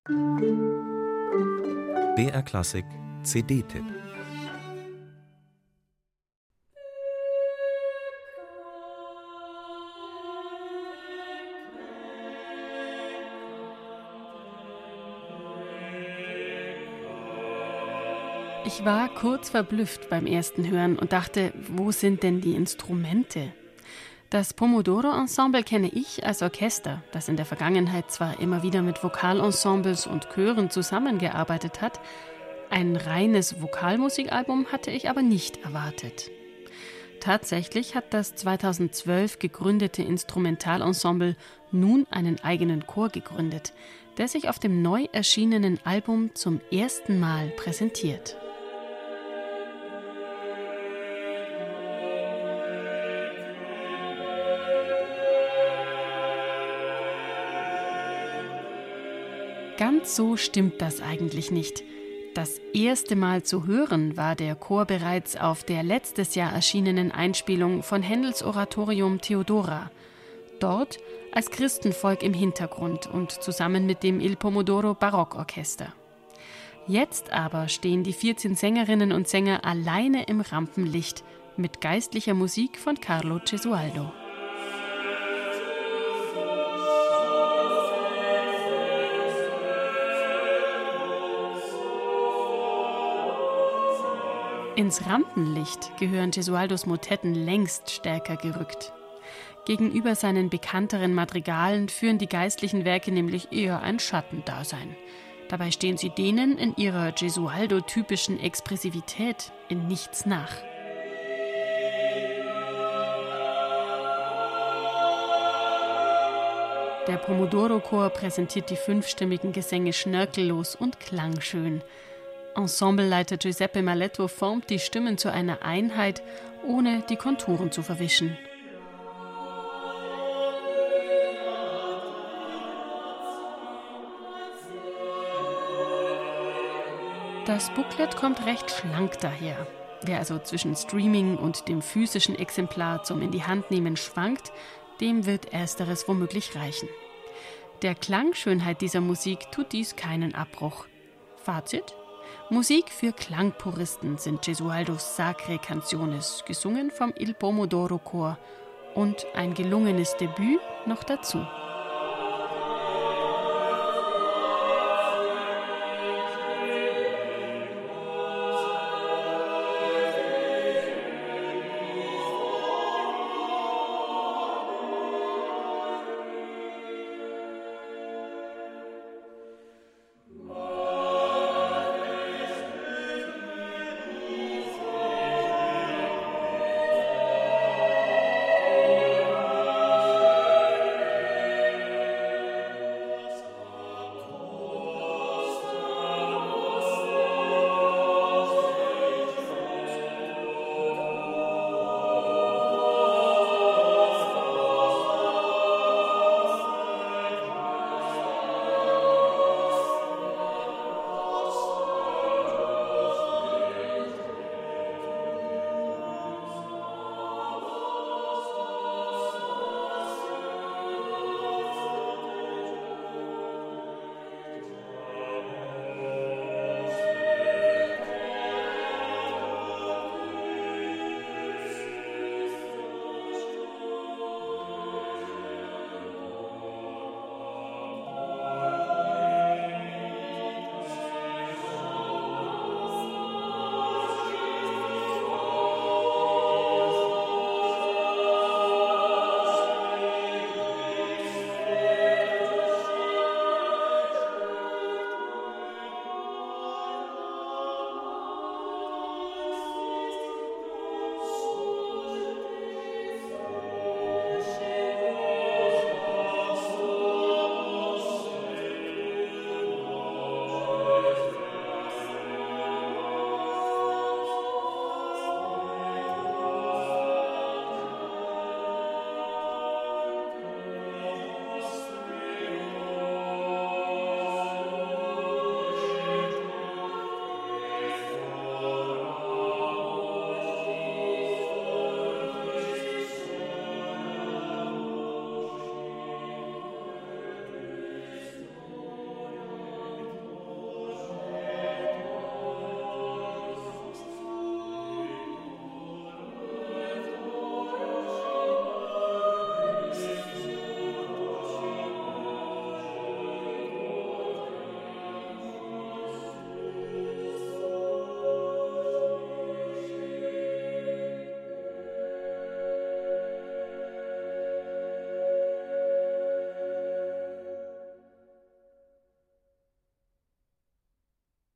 BR Klassik CD-Tipp. Ich war kurz verblüfft beim ersten Hören und dachte, wo sind denn die Instrumente? Das Pomodoro-Ensemble kenne ich als Orchester, das in der Vergangenheit zwar immer wieder mit Vokalensembles und Chören zusammengearbeitet hat, ein reines Vokalmusikalbum hatte ich aber nicht erwartet. Tatsächlich hat das 2012 gegründete Instrumentalensemble nun einen eigenen Chor gegründet, der sich auf dem neu erschienenen Album zum ersten Mal präsentiert. Ganz so stimmt das eigentlich nicht. Das erste Mal zu hören war der Chor bereits auf der letztes Jahr erschienenen Einspielung von Händels Oratorium Theodora. Dort als Christenvolk im Hintergrund und zusammen mit dem Il Pomodoro Barockorchester. Jetzt aber stehen die 14 Sängerinnen und Sänger alleine im Rampenlicht mit geistlicher Musik von Carlo Gesualdo. Ins Rampenlicht gehören Gesualdos Motetten längst stärker gerückt. Gegenüber seinen bekannteren Madrigalen führen die geistlichen Werke nämlich eher ein Schattendasein. Dabei stehen sie denen in ihrer Gesualdo-typischen Expressivität in nichts nach. Der Pomodoro-Chor präsentiert die 5-stimmigen Gesänge schnörkellos und klangschön. Ensembleleiter Giuseppe Maletto formt die Stimmen zu einer Einheit, ohne die Konturen zu verwischen. Das Booklet kommt recht schlank daher. Wer also zwischen Streaming und dem physischen Exemplar zum in die Hand nehmen schwankt, dem wird ersteres womöglich reichen. Der Klangschönheit dieser Musik tut dies keinen Abbruch. Fazit: Musik für Klangpuristen sind Gesualdos Sacre Canciones, gesungen vom Il Pomodoro Chor, und ein gelungenes Debüt noch dazu.